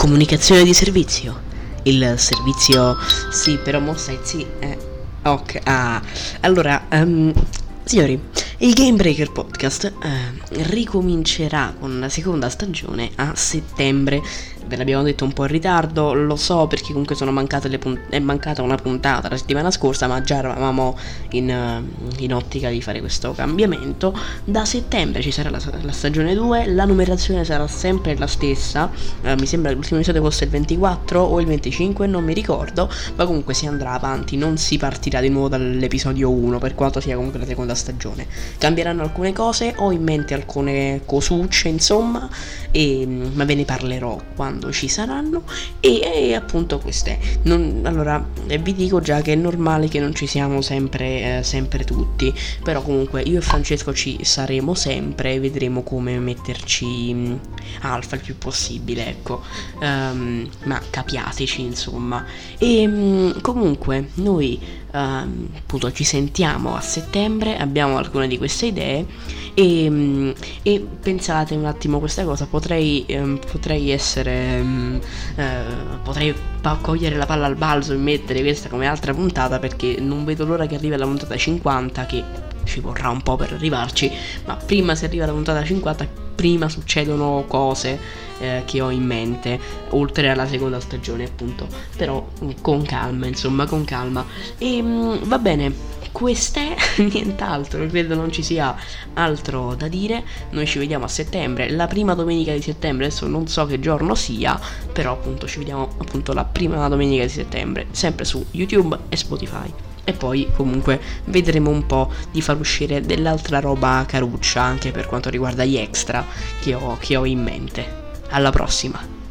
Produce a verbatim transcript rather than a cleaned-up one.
Comunicazione di servizio. Il servizio... Sì, però mo stai zi... Eh, ok, ah. Allora, um, signori, il Game Breaker Podcast eh, ricomincerà con la seconda stagione a settembre. Ve l'abbiamo detto un po' in ritardo, lo so, perché comunque sono mancate le punt- è mancata una puntata la settimana scorsa, ma già eravamo in, in ottica di fare questo cambiamento. Da settembre ci sarà la, la stagione due, la numerazione sarà sempre la stessa, eh, mi sembra che l'ultimo episodio fosse il ventiquattro o il venticinque, non mi ricordo, ma comunque si andrà avanti, non si partirà di nuovo dall'episodio uno, per quanto sia comunque la seconda stagione. Cambieranno alcune cose, ho in mente alcune cosucce, insomma, e, ma ve ne parlerò quando ci saranno. E, e appunto queste non, allora eh, vi dico già che è normale che non ci siamo sempre eh, sempre tutti, però comunque io e Francesco ci saremo sempre, vedremo come metterci mh, alfa il più possibile, ecco, um, ma capiateci insomma. E mh, comunque noi um, appunto ci sentiamo a settembre, abbiamo alcune di queste idee e, mh, e pensate un attimo questa cosa, potrei um, potrei essere um, uh, potrei pa- cogliere la palla al balzo e mettere questa come altra puntata, perché non vedo l'ora che arrivi alla puntata cinquanta, che ci vorrà un po' per arrivarci, ma prima si arriva alla puntata cinquanta, prima succedono cose eh, che ho in mente, oltre alla seconda stagione appunto, però con calma, insomma, con calma. E mh, va bene, quest'è nient'altro, credo non ci sia altro da dire. Noi ci vediamo a settembre, la prima domenica di settembre, adesso non so che giorno sia, però appunto ci vediamo appunto la prima domenica di settembre, sempre su YouTube e Spotify. E poi comunque vedremo un po' di far uscire dell'altra roba caruccia anche per quanto riguarda gli extra che ho, che ho in mente. Alla prossima!